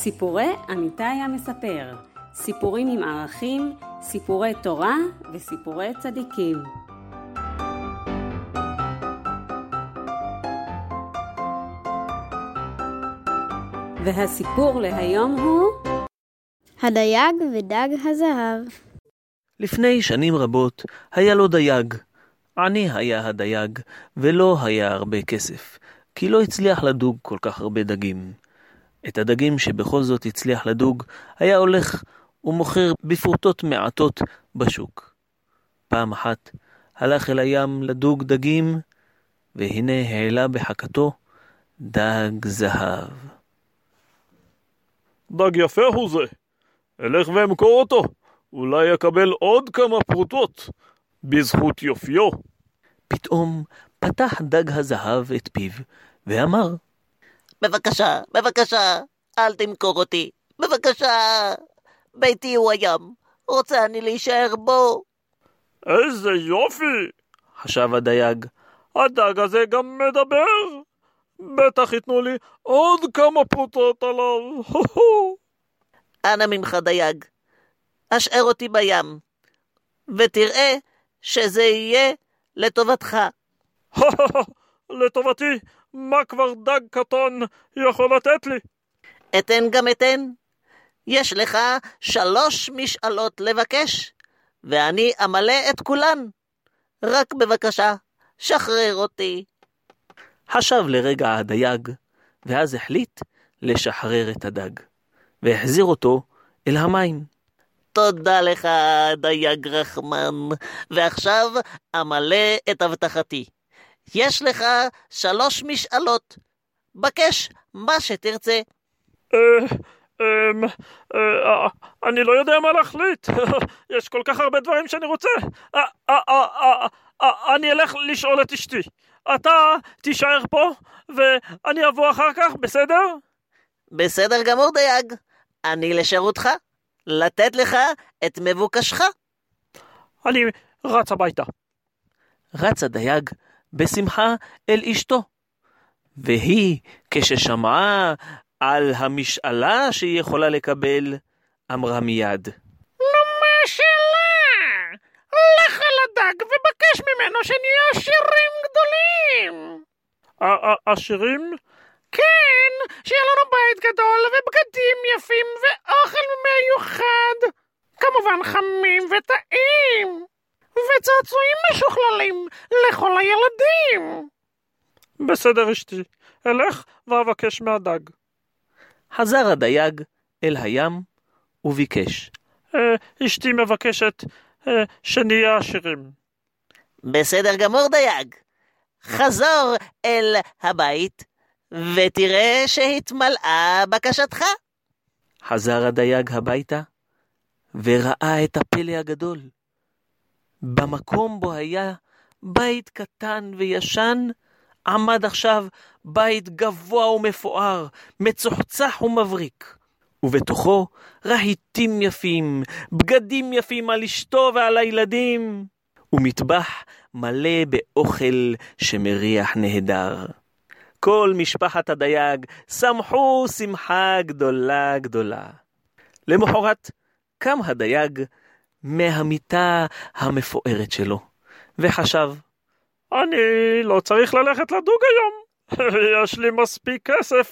סיפורי אמיתי המספר, סיפורים עם ערכים, סיפורי תורה וסיפורי צדיקים. והסיפור להיום הוא הדייג ודג הזהב. לפני שנים רבות היה לו דייג. עני היה הדייג, ולא היה הרבה כסף, כי לא הצליח לדוג כל כך הרבה דגים. את הדגים שבכל זאת הצליח לדוג, היה הולך ומוכר בפרוטות מעטות בשוק. פעם אחת הלך אל הים לדוג דגים, והנה העלה בחכתו דג זהב. דג יפה הוא זה, אלך ואמכור אותו, אולי יקבל עוד כמה פרוטות, בזכות יופיו. פתאום פתח דג הזהב את פיו, ואמר, בבקשה, בבקשה, אל תמכור אותי, בבקשה, ביתי הוא הים, רוצה אני להישאר בו. איזה יופי, חשב הדייג, הדג הזה גם מדבר, בטח ייתנו לי עוד כמה פרוטות עליו. אנא ממך דייג, אשאר אותי בים, ותראה שזה יהיה לטובתך. לטובתי, מה כבר דג קטון יכול לתת לי? אתן גם אתן. יש לך 3 משאלות לבקש, ואני אמלא את כולן. רק בבקשה, שחרר אותי. חשב לרגע הדייג, ואז החליט לשחרר את הדג, והחזיר אותו אל המים. תודה לך, דייג רחמן, ועכשיו אמלא את הבטחתי. יש לך 3 משאלות, בקש מה שתרצה. אני לא יודע מה להחליט, יש כל כך הרבה דברים שאני רוצה. אני אלך לשאול את אשתי, אתה תישאר פה ואני אבוא אחר כך, בסדר? בסדר גמור דייג, אני לשירותך, לתת לך את מבוקשך. אני רץ הביתה. רץ הדייג בשמחה אל אשתו, והיא כששמעה על המשאלה שהיא יכולה לקבל, אמרה מיד, נו מה שאלה? לך אל הדג ובקש ממנו שנהיה עשירים גדולים. עשירים? כן, שיהיה לנו בית גדול ובגדים יפים ואוכל מיוחד, כמובן חמים וטעים, וצעצועים משוכללים לכל הילדים. בסדר אשתי, אלך ואבקש מהדג. חזר הדייג אל הים וביקש, אשתי מבקשת שנהיה עשירים. בסדר גמור דייג, חזור אל הבית ותראה שהתמלאה בקשתך. חזר הדייג הביתה וראה את הפלא הגדול. במקום בו היה בית קטן וישן, עמד עכשיו בית גבוה ומפואר, מצוחצח ומבריק, ובתוכו רהיטים יפים, בגדים יפים על אשתו ועל הילדים, ומטבח מלא באוכל שמריח נהדר. כל משפחת הדייג שמחו שמחה גדולה גדולה. למחרת קם הדייג מהמיטה המפוארת שלו, וחשב, אני לא צריך ללכת לדוג היום, יש לי מספיק כסף.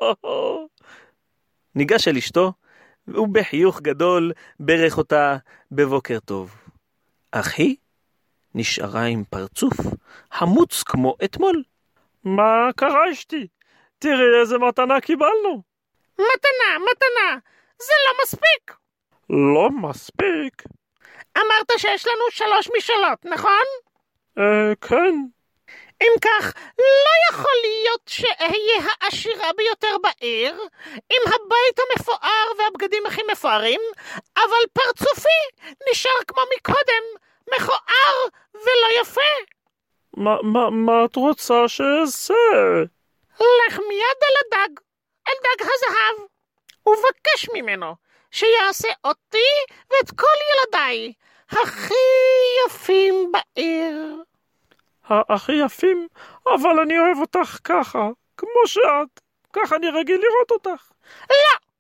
ניגש אל אשתו, ובחיוך גדול ברך אותה בבוקר טוב. אך היא נשארה עם פרצוף חמוץ כמו אתמול. מה קרה אשתי? תראי איזה מתנה קיבלנו. מתנה, זה לא מספיק. לא מספיק? אמרת שיש לנו 3 משאלות, נכון? כן. אם כך, לא יכול להיות שאהיה העשירה ביותר בעיר, עם הבית המפואר והבגדים הכי מפוארים, אבל פרצופי נשאר כמו מקודם, מכוער ולא יפה. מה את רוצה שאעשה? לך מיד אל דג הזהב, ובקש ממנו שיעשה אותי ואת כל ילדיי הכי יפים בעיר. הכי יפים? אבל אני אוהב אותך ככה, כמו שאת. ככה אני רגיל לראות אותך. לא,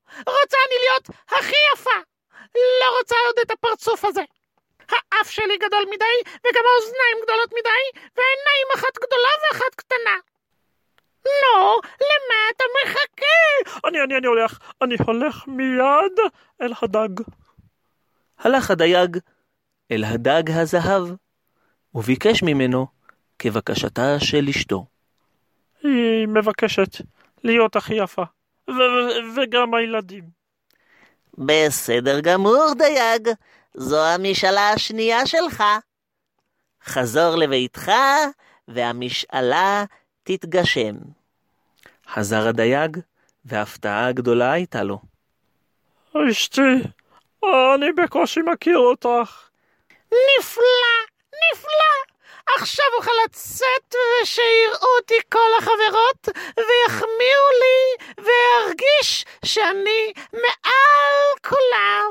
רוצה אני להיות הכי יפה. לא רוצה עוד את הפרצוף הזה. האף שלי גדול מדי, וגם האוזניים גדולות מדי, והעיניים אחת גדולה ואחת קטנה. נו, למה אתה מחכה? אני הולך מיד אל הדג. הלך הדייג אל הדג הזהב, וביקש ממנו כבקשתה של אשתו. היא מבקשת להיות הכי יפה, וגם הילדים. בסדר גמור, דייג. זו המשאלה השנייה שלך. חזור לביתך, והמשאלה תתגשם. חזר הדייג, והפתעה גדולה הייתה לו. אשתי, אני בקושי מכיר אותך. נפלא, נפלא. עכשיו אוכל לצאת ושיראו אותי כל החברות ויחמיאו לי וירגיש שאני מעל כולם.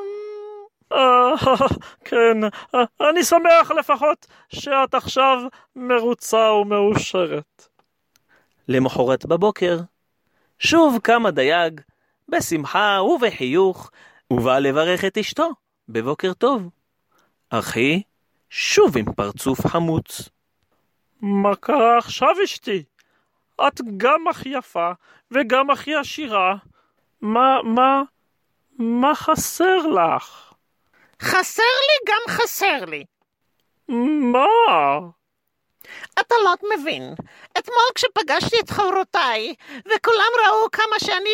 כן, אני שמח לפחות שאת עכשיו מרוצה ומאושרת. למחרת בבוקר, שוב קם הדייג, בשמחה ובחיוך, ובא לברך את אשתו בבוקר טוב. אך היא שוב עם פרצוף חמוץ. מה קרה עכשיו אשתי? את גם הכי יפה וגם הכי עשירה. מה חסר לך? חסר לי גם חסר לי. מה? אתה לא מבין. אתמול כשפגשתי את חברותיי, וכולם ראו כמה שאני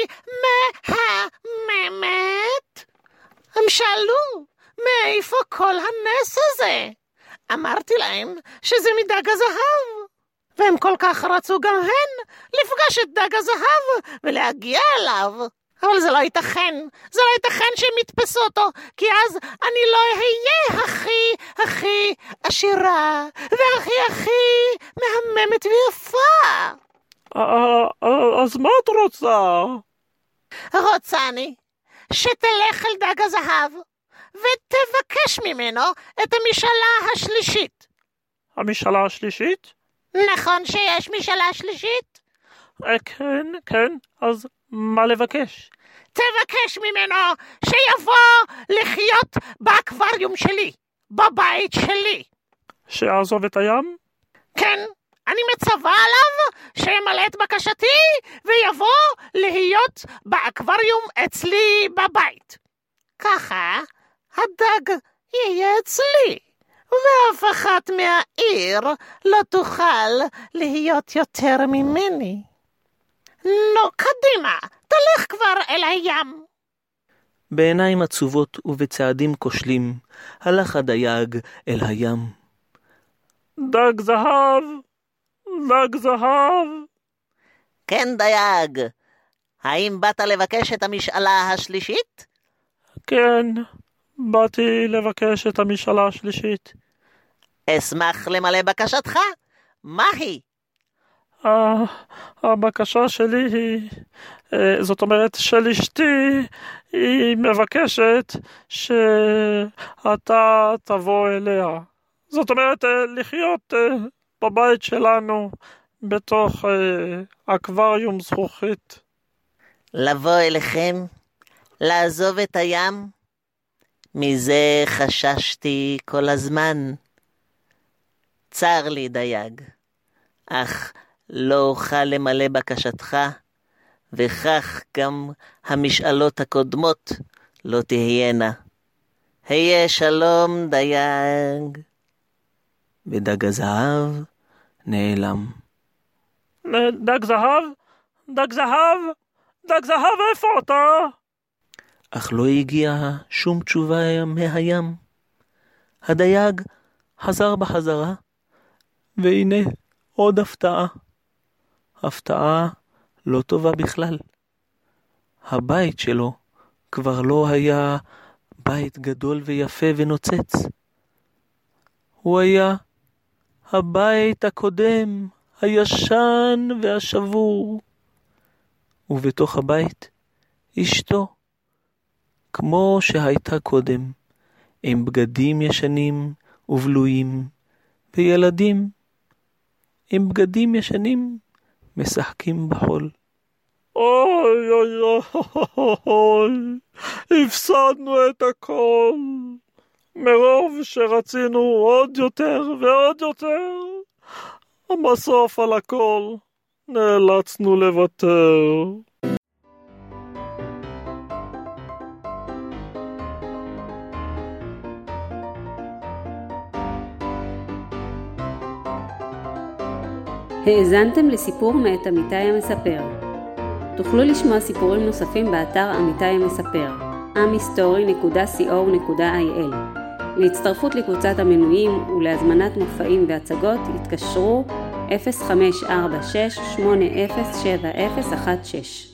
מהממת, הם שאלו, מאיפה כל הנס הזה? אמרתי להם שזה מדג הזהב. והם כל כך רצו גם הן לפגוש את דג הזהב ולהגיע אליו. אבל זה לא ייתכן, זה לא ייתכן שהם יתפסו אותו, כי אז אני לא אהיה הכי עשירה, והכי מהממת ויפה. אז מה את רוצה? רוצה אני שתלך אל דג הזהב, ותבקש ממנו את המשאלה השלישית. המשאלה השלישית? נכון שיש משאלה שלישית? כן, אז מה לבקש? תבקש ממנו שיבוא לחיות באקווריום שלי, בבית שלי. שיעזוב את הים? כן, אני מצווה עליו שימלא את בקשתי ויבוא להיות באקווריום אצלי בבית. ככה הדג יהיה אצלי, ואף אחת מהעיר לא תוכל להיות יותר ממני. נו, קדימה, תלך כבר אל הים. בעיניים עצובות ובצעדים כושלים, הלך הדייג אל הים. דג זהב, דג זהב. כן, דייג. האם באת לבקש את המשאלה השלישית? כן, באתי לבקש את המשאלה השלישית. אשמח למלא בקשתך. מה היא? הבקשה שלי היא, זאת אומרת של אשתי, היא מבקשת שאתה תבוא אליה. זאת אומרת לחיות בבית שלנו בתוך אקווריום זכוכית. לבוא אליכם? לעזוב את הים? מזה חששתי כל הזמן. צר לי, דייג, אך לא אוכל למלא בקשתך, וכך גם המשאלות הקודמות לא תהיינה. היה שלום, דייג. ודג הזהב נעלם. דג זהב? דג זהב? דג זהב, איפה אתה? אך לא הגיעה שום תשובה מהים. הדייג חזר בחזרה, והנה עוד הפתעה. הפתעה לא טובה בכלל. הבית שלו כבר לא היה בית גדול ויפה ונוצץ. הוא היה הבית הקודם, הישן והשבור. ובתוך הבית אשתו, כמו שהייתה קודם, עם בגדים ישנים ובלויים, וילדים עם בגדים ישנים משחקים בחול. אוי אוי אוי, הפסדנו את הכל. מרוב שרצינו עוד יותר ועוד יותר, בסוף על הכל נאלצנו לוותר. האזנתם לסיפור מאת אמיתי המספר. תוכלו לשמוע סיפורים נוספים באתר אמיתי המספר, amhistory.co.il. להצטרפות לקבוצת המנויים ולהזמנת מופעים והצגות התקשרו 0546 807016